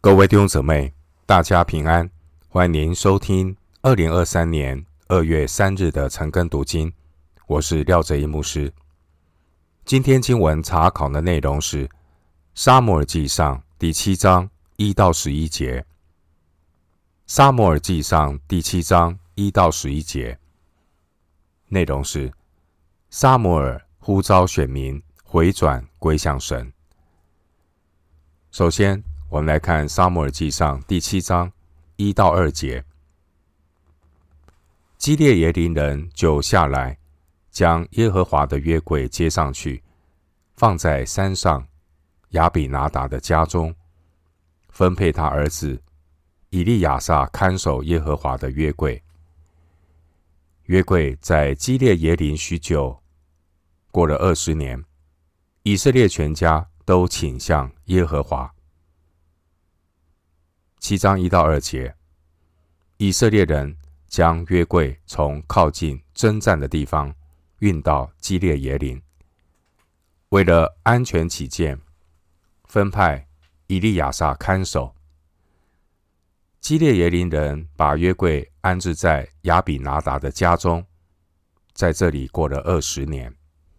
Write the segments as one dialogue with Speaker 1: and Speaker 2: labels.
Speaker 1: 各位弟兄姊妹，大家平安，欢迎您收听2023年2月3日的晨更读经。我是廖哲一牧师。今天经文查考的内容是撒母耳记上第7章1到11节。撒母耳记上第7章1到11节，内容是撒母耳呼召选民回转归向神。首先我们来看撒母耳记上第7章1到2节。基列耶琳人就下来，将耶和华的约柜接上去，放在山上亚比拿达的家中，分配他儿子以利亚撒看守耶和华的约柜。约柜在基列耶琳许久，过了20年，以色列全家都倾向耶和华。7章1到2节，以色列人将约柜从靠近征战的地方运到基列耶琳，为了安全起见，分派以利亚撒看守。基列耶琳人把约柜安置在亚比拿达的家中，在这里过了20年。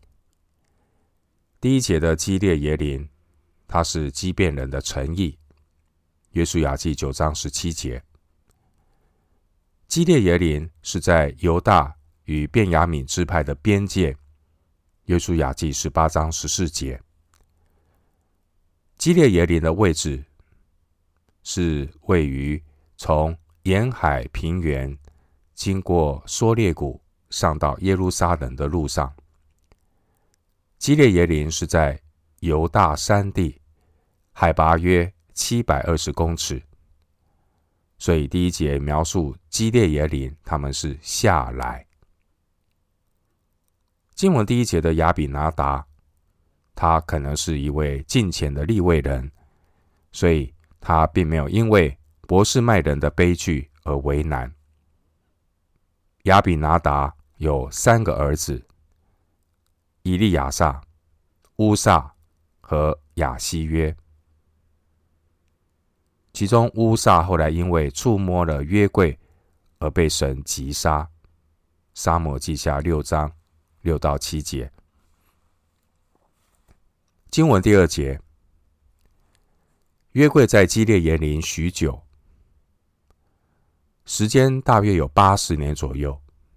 Speaker 1: 第1节的基列耶琳，它是基遍人的城邑。约书亚记9章17节，基列耶琳是在犹大与便雅悯支派的边界。约书亚记18章14节，基列耶琳的位置是位于从沿海平原经过梭列谷上到耶路撒冷的路上。基列耶琳是在犹大山地，海拔约720公尺，所以第1节描述基列耶琳他们是下来。经文第1节的亚比拿达，他可能是一位敬虔的利未人，所以他并没有因为伯示麦人的悲剧而为难。亚比拿达有3个儿子，以利亚撒、乌撒和亚希约。其中乌撒后来因为触摸了约柜而被神击杀。撒母耳记下6章6到7节。经文第2节，约柜在基列耶琳许久，时间大约有80年左右，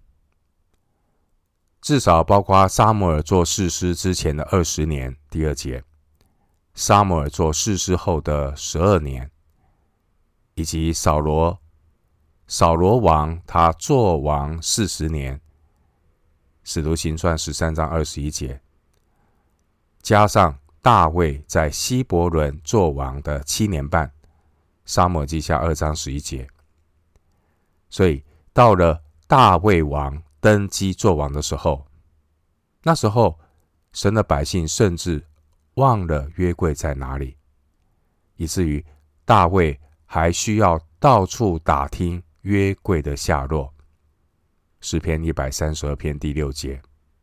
Speaker 1: 至少包括撒母耳做士师之前的20年。第2节，撒母耳做士师后的12年，以及扫罗王他做王40年，使徒行传13章21节，加上大卫在希伯伦做王的7年半，撒母耳记下2章11节。所以到了大卫王登基做王的时候，那时候神的百姓甚至忘了约柜在哪里，以至于大卫还需要到处打听约柜的下落。诗篇132篇第6节。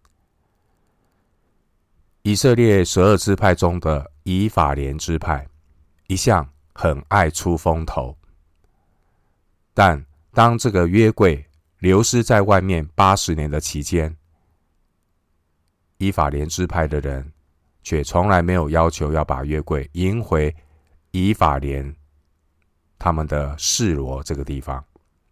Speaker 1: 以色列12支派中的以法莲支派一向很爱出风头，但当这个约柜流失在外面80年的期间，以法莲支派的人却从来没有要求要把约柜迎回以法莲他们的示罗这个地方。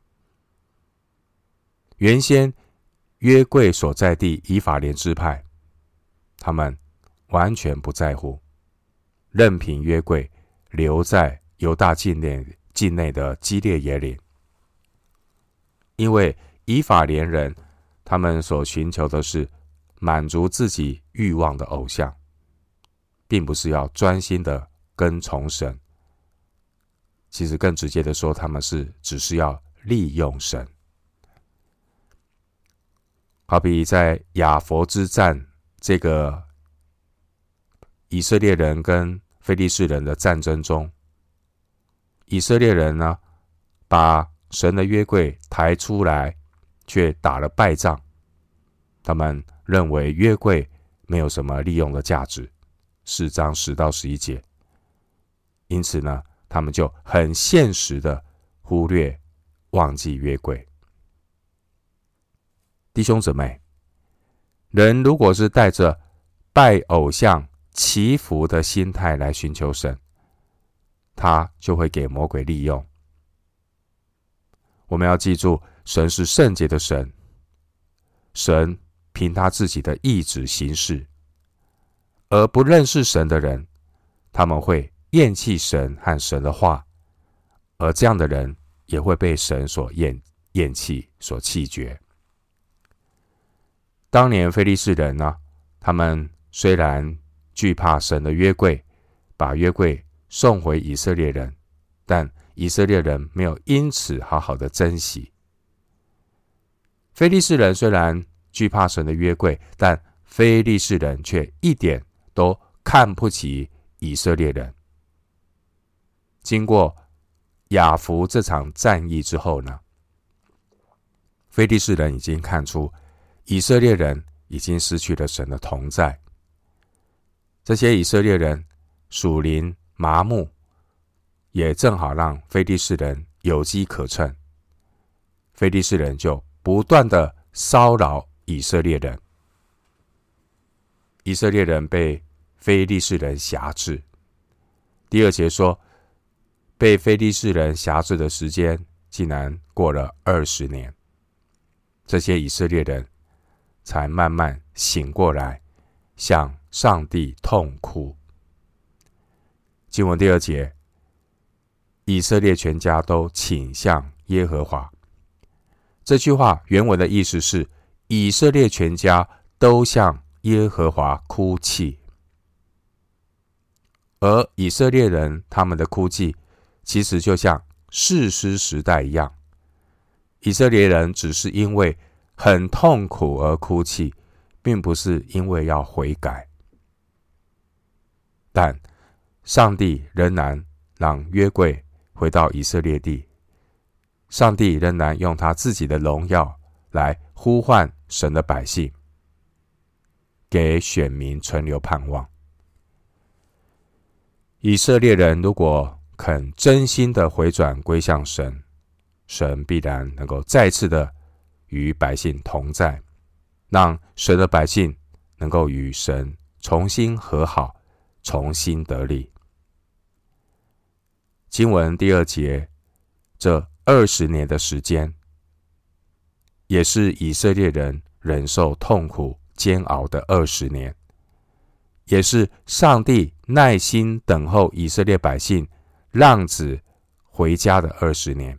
Speaker 1: 原先约柜所在地以法莲支派，他们完全不在乎，任凭约柜留在犹大境内的基列耶琳。因为以法莲人他们所寻求的是满足自己欲望的偶像，并不是要专心的跟从神。其实更直接的说，他们只是要利用神。好比在亚佛之战，这个以色列人跟非利士人的战争中，以色列人呢，把神的约柜抬出来，却打了败仗。他们认为约柜没有什么利用的价值，4章10到11节。因此呢， 他们就很现实的忽略、忘记约柜。弟兄姊妹，人如果是带着拜偶像、祈福的心态来寻求神，他就会给魔鬼利用。我们要记住，神是圣洁的神，神凭他自己的意志行事，而不认识神的人，他们会厌弃神和神的话，而这样的人也会被神所厌弃、所弃绝。当年非利士人呢，他们虽然惧怕神的约柜，把约柜送回以色列人，但以色列人没有因此好好的珍惜。非利士人虽然惧怕神的约柜，但非利士人却一点都看不起以色列人。经过雅弗这场战役之后呢，非利士人已经看出以色列人已经失去了神的同在。这些以色列人属灵麻木，也正好让非利士人有机可乘。非利士人就不断的骚扰以色列人，以色列人被非利士人辖制。第2节说，被非利士人辖制的时间竟然过了20年，这些以色列人才慢慢醒过来，向上帝痛哭。经文第2节，以色列全家都倾向耶和华。这句话原文的意思是，以色列全家都向耶和华哭泣。而以色列人他们的哭泣，其实就像士师时代一样，以色列人只是因为很痛苦而哭泣，并不是因为要悔改。但上帝仍然让约柜回到以色列地，上帝仍然用他自己的荣耀来呼唤神的百姓，给选民存留盼望。以色列人如果肯真心的回转归向神，神必然能够再次的与百姓同在，让神的百姓能够与神重新和好，重新得力。经文第2节，这20年的时间，也是以色列人忍受痛苦煎熬的20年，也是上帝耐心等候以色列百姓浪子回家的20年。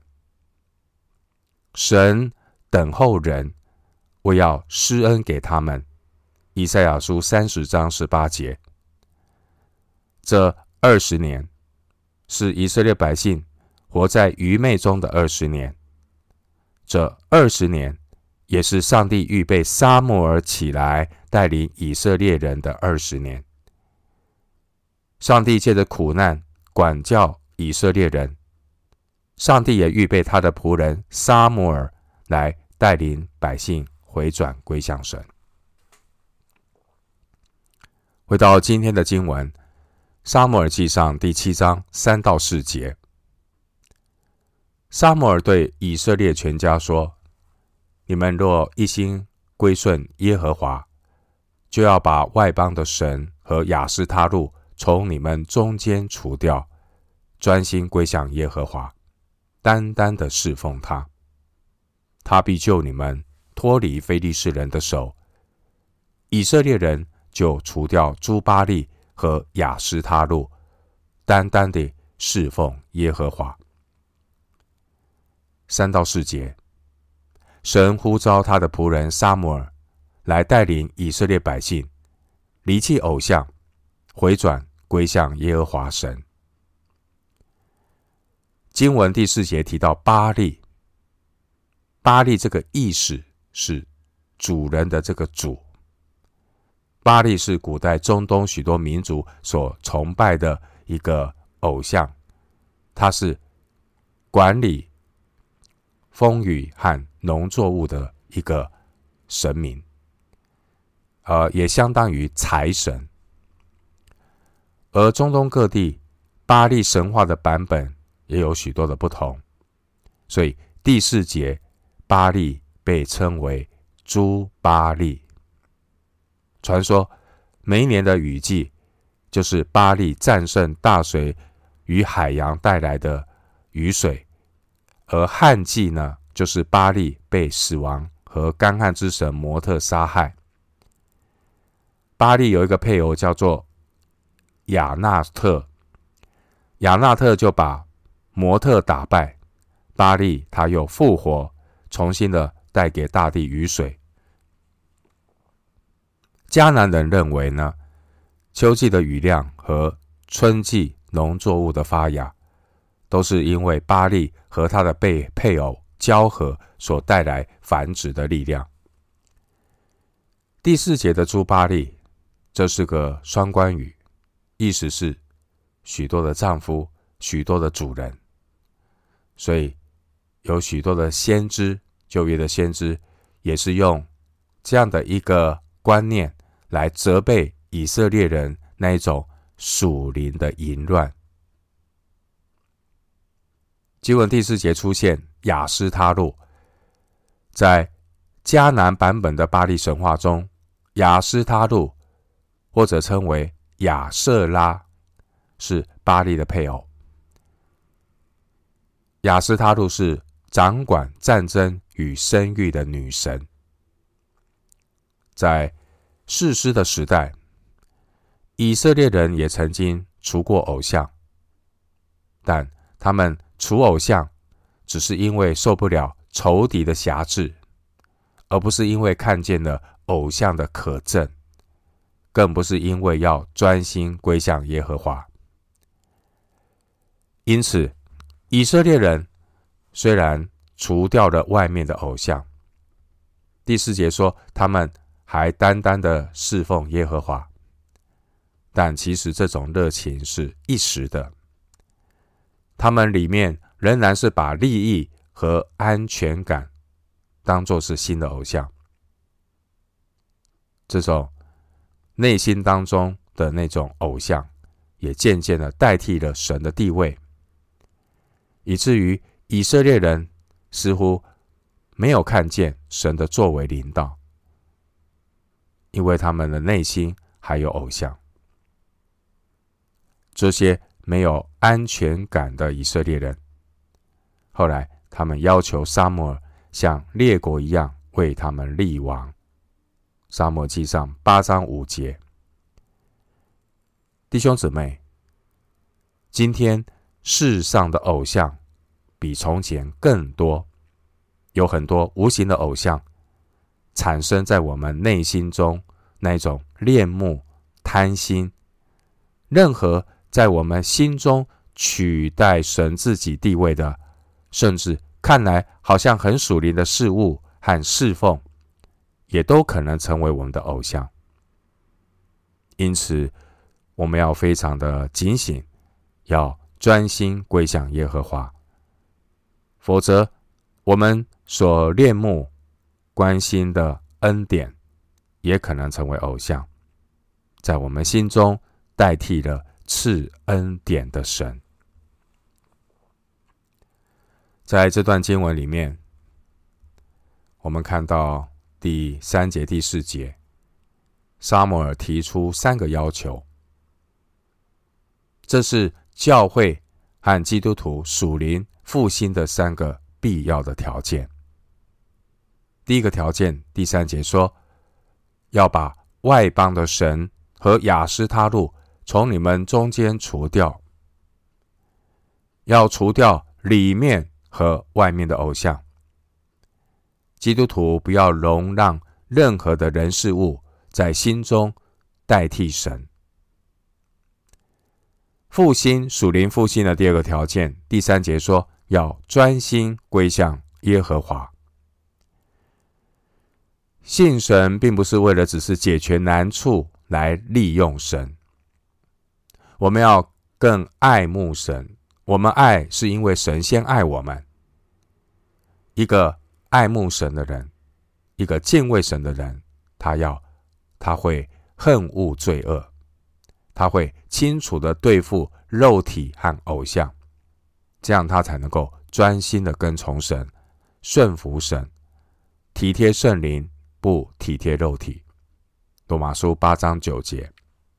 Speaker 1: 神等候人，为要施恩给他们。以赛亚书30章18节。这20年是以色列百姓活在愚昧中的20年，这20年也是上帝预备撒母耳起来带领以色列人的20年。上帝借着苦难管教以色列人，上帝也预备他的仆人撒母耳来带领百姓回转归向神。回到今天的经文，撒母耳记上第7章3到4节。撒母耳对以色列全家说：你们若一心归顺耶和华，就要把外邦的神和亚斯他路从你们中间除掉，专心归向耶和华，单单的侍奉他。他必救你们脱离非利士人的手。以色列人就除掉诸巴力和亚斯他路，单单的侍奉耶和华。3到4节，神呼召他的仆人撒母耳来带领以色列百姓离弃偶像，回转归向耶和华神。经文第4节提到巴力，巴力这个意思是主人的这个主。巴力是古代中东许多民族所崇拜的一个偶像，它是管理风雨和农作物的一个神明，也相当于财神。而中东各地巴力神话的版本也有许多的不同，所以第4节巴力被称为诸巴力。传说每一年的雨季就是巴力战胜大水与海洋带来的雨水，而旱季呢，就是巴力被死亡和干旱之神摩特杀害。巴力有一个配偶叫做亚纳特，亚纳特就把摩特打败，巴力他又复活，重新的带给大地雨水。迦南人认为呢，秋季的雨量和春季农作物的发芽，都是因为巴力和他的配偶交合所带来繁殖的力量。第4节的诸巴力，这是个双关语，意思是许多的丈夫，许多的主人。所以有许多的先知，旧约的先知也是用这样的一个观念来责备以色列人那一种属灵的淫乱。经文第4节出现亚斯他录，在迦南版本的巴力神话中，亚斯他录或者称为亚瑟拉，是巴力的配偶。亚斯他录是掌管战争与生育的女神。在士师的时代，以色列人也曾经除过偶像，但他们除偶像只是因为受不了仇敌的辖制，而不是因为看见了偶像的可憎，更不是因为要专心归向耶和华。因此以色列人虽然除掉了外面的偶像，第4节说他们还单单的侍奉耶和华，但其实这种热情是一时的，他们里面仍然是把利益和安全感当作是新的偶像。这种内心当中的那种偶像，也渐渐的代替了神的地位，以至于以色列人似乎没有看见神的作为临到，因为他们的内心还有偶像。这些没有安全感的以色列人，后来他们要求撒母耳像列国一样为他们立王。撒母耳记上8章5节。弟兄姊妹，今天世上的偶像比从前更多，有很多无形的偶像产生在我们内心中，那种恋慕、贪心，任何在我们心中取代神自己地位的，甚至看来好像很属灵的事物和侍奉，也都可能成为我们的偶像。因此我们要非常的警醒，要专心归向耶和华，否则我们所恋慕关心的恩典也可能成为偶像，在我们心中代替了赐恩典的神。在这段经文里面，我们看到第3节、第4节，撒母耳提出3个要求，这是教会和基督徒属灵复兴的3个必要的条件。第一个条件，第3节说，要把外邦的神和亚斯他录从你们中间除掉，要除掉里面和外面的偶像。基督徒不要容让任何的人事物在心中代替神。复兴，属灵复兴的第2个条件，第3节说，要专心归向耶和华。信神并不是为了只是解决难处来利用神，我们要更爱慕神。我们爱是因为神先爱我们。一个爱慕神的人，一个敬畏神的人，他会恨恶罪恶， 他会清楚的对付肉体和偶像，这样他才能够专心的跟从神，顺服神，体贴圣灵，不体贴肉体。罗马书8章9节。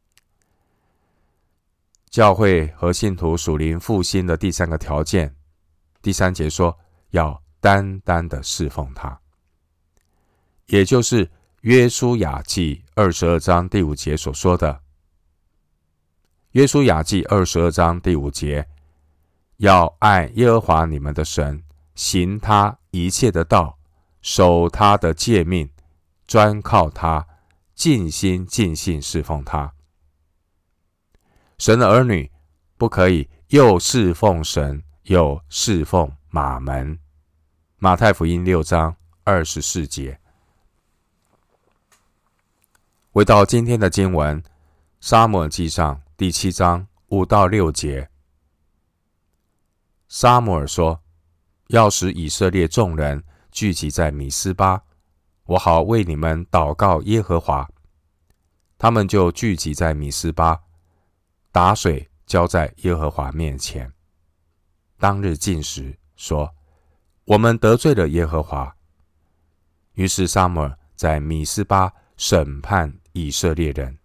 Speaker 1: 教会和信徒属灵复兴的第三个条件，第3节说要单单的侍奉他，也就是约书亚记22章第5节所说的。约书亚记22章第5节，要爱耶和华你们的神，行他一切的道，守他的诫命，专靠他，尽心尽性侍奉他。神的儿女不可以又侍奉神，又侍奉马门。马太福音6章24节。回到今天的经文，撒母耳记上第7章5到6节。撒母耳说，要使以色列众人聚集在米斯巴，我好为你们祷告耶和华。他们就聚集在米斯巴，打水浇在耶和华面前。当日禁食，说，我们得罪了耶和华。于是撒母耳在米斯巴审判以色列人。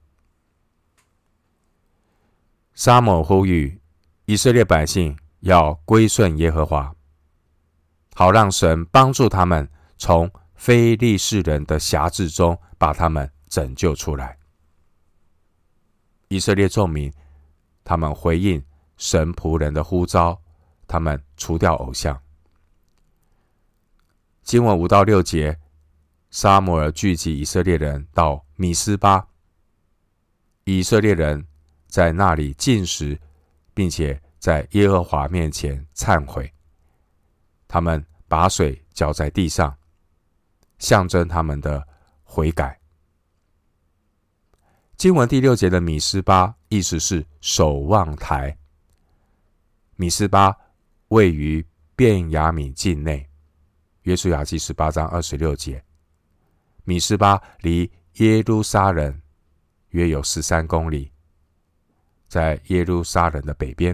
Speaker 1: 撒母耳呼吁以色列百姓要归顺耶和华，好让神帮助他们从非利士人的辖制中把他们拯救出来。以色列众民，他们回应神仆人的呼召，他们除掉偶像。经文5到6节，撒母耳聚集以色列人到米斯巴，以色列人在那里禁食，并且在耶和华面前忏悔。他们把水浇在地上，象征他们的悔改。经文第6节的米斯巴，意思是守望台。米斯巴位于便雅悯境内，约书亚记18章26节。米斯巴离耶路撒冷约有13公里，在耶路撒冷的北边。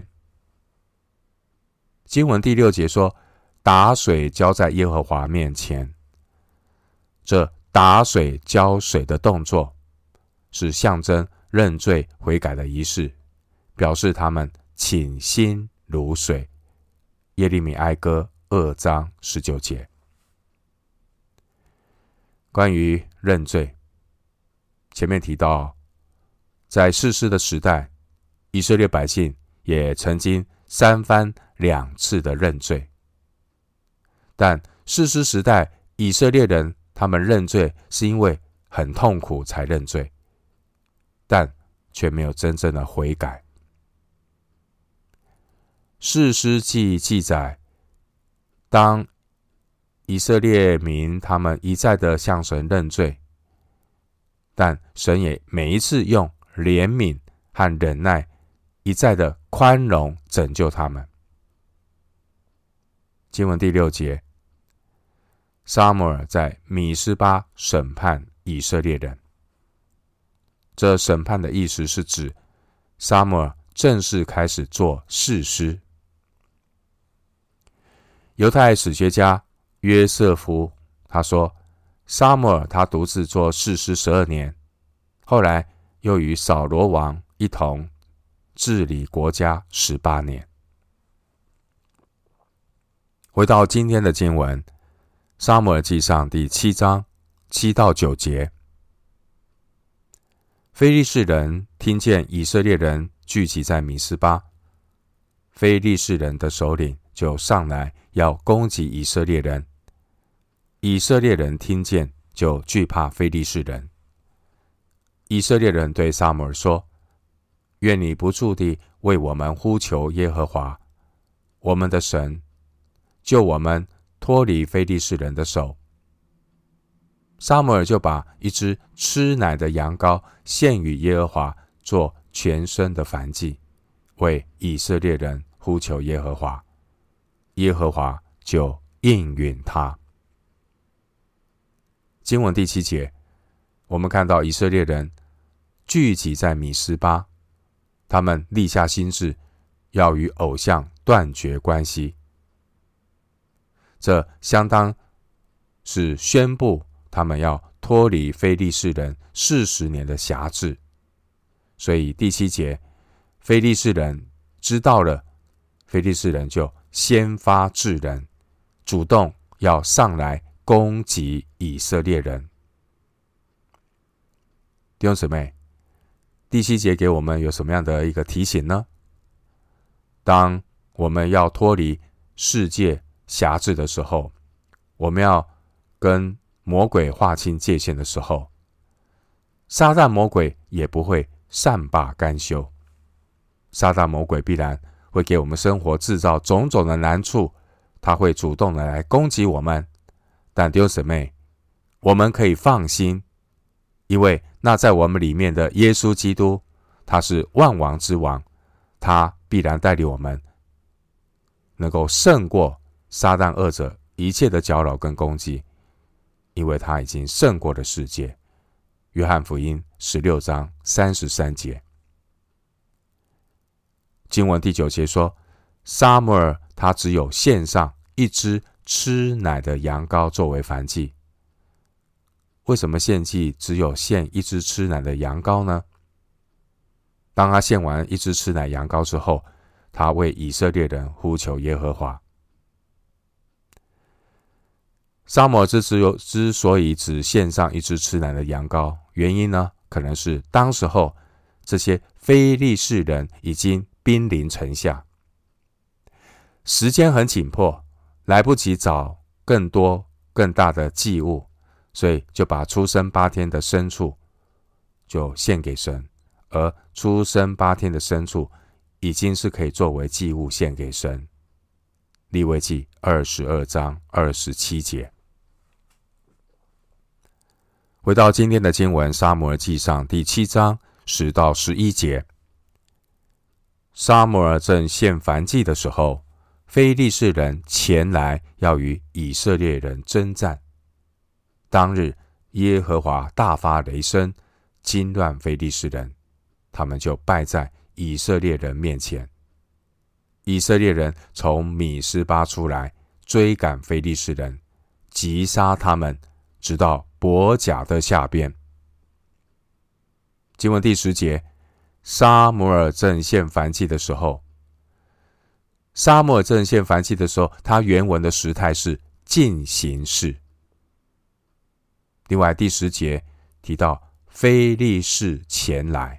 Speaker 1: 经文第6节说，打水浇在耶和华面前。这打水浇水的动作是象征认罪悔改的仪式，表示他们倾心如水。耶利米哀歌2章19节。关于认罪，前面提到，在士师的时代，以色列百姓也曾经3番2次的认罪。但士师时代，以色列人他们认罪是因为很痛苦才认罪，但却没有真正的悔改。士师记记载，当以色列民他们一再的向神认罪，但神也每一次用怜悯和忍耐一再的宽容拯救他们。经文第6节，撒母耳在米斯巴审判以色列人。这审判的意思是指撒母耳正式开始做士师。犹太史学家约瑟夫他说，撒母耳他独自做士师12年，后来又与扫罗王一同治理国家18年。回到今天的经文，撒母耳记上第7章7到9节。非利士人听见以色列人聚集在米斯巴，非利士人的首领就上来要攻击以色列人。以色列人听见就惧怕非利士人。以色列人对撒母耳说，愿你不住地为我们呼求耶和华我们的神，救我们脱离非利士人的手。撒母耳就把一只吃奶的羊羔献与耶和华，做全身的燔祭，为以色列人呼求耶和华，耶和华就应允他。经文第7节，我们看到以色列人聚集在米斯巴， 他们立下心志，要与偶像断绝关系。这相当是宣布他们要脱离非利士人40年的辖制。所以第7节，非利士人知道了，非利士人就先发制人，主动要上来攻击以色列人。弟兄姊妹，第7节给我们有什么样的一个提醒呢？当我们要脱离世界辖制的时候，我们要跟魔鬼划清界限的时候，撒旦魔鬼也不会善罢甘休。撒旦魔鬼必然会给我们生活制造种种的难处，他会主动的来攻击我们。但弟兄姊妹，我们可以放心，因为那在我们里面的耶稣基督，他是万王之王，他必然带领我们能够胜过撒旦恶者一切的搅扰跟攻击，因为他已经胜过了世界。约翰福音16章33节。经文第9节说，撒母耳他只有献上一只吃奶的羊羔作为燔祭。为什么献祭只有献一只吃奶的羊羔呢？当他献完一只吃奶羊羔之后，他为以色列人呼求耶和华。撒母耳之所以只献上一只吃奶的羊羔，原因呢，可能是当时候这些非利士人已经兵临城下，时间很紧迫，来不及找更多更大的祭物，所以就把出生8天的牲畜就献给神，而出生8天的牲畜已经是可以作为祭物献给神。利未记22章27节。回到今天的经文，撒母耳记上第7章10到11节。撒母耳正献燔祭的时候，非利士人前来要与以色列人征战。当日耶和华大发雷声，惊乱非利士人，他们就败在以色列人面前。以色列人从米斯巴出来，追赶非利士人，击杀他们，直到伯甲的下边。经文第10节，撒母耳正献燔祭的时候，他原文的时态是进行式。另外第10节提到非利士前来，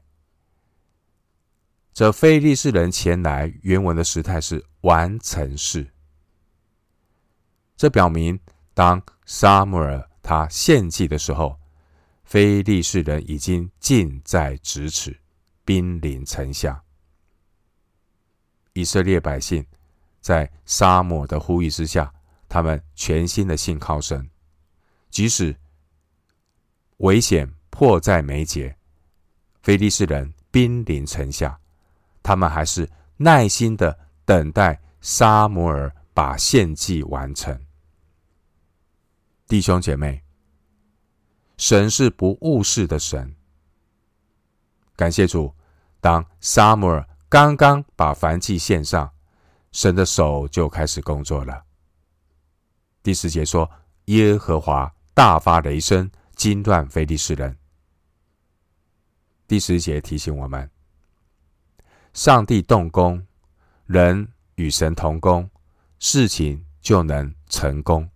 Speaker 1: 这非利士人前来原文的时态是完成式。这表明当撒母耳他献祭的时候，非利士人已经近在咫尺，兵临城下。以色列百姓在撒母耳的呼吁之下，他们全心的信靠神，即使危险迫在眉睫，非利士人兵临城下，他们还是耐心的等待撒母耳把献祭完成。弟兄姐妹，神是不误事的神。感谢主，当撒母耳刚刚把燔祭献上，神的手就开始工作了。第10节说，耶和华大发雷声，惊乱非利士人。第10节提醒我们，上帝动工，人与神同工，事情就能成功。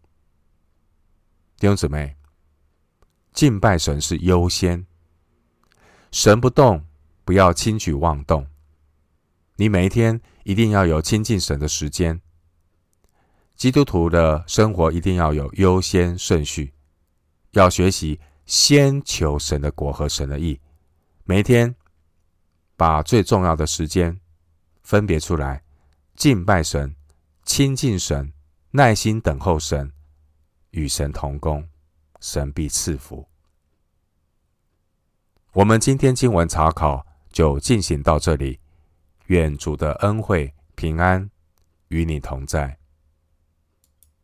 Speaker 1: 弟兄姊妹，敬拜神是优先，神不动，不要轻举妄动。你每一天一定要有亲近神的时间。基督徒的生活一定要有优先顺序，要学习先求神的国和神的义。每一天把最重要的时间分别出来，敬拜神，亲近神，耐心等候神，与神同工，神必赐福。我们今天经文查考就进行到这里，愿主的恩惠平安与你同在。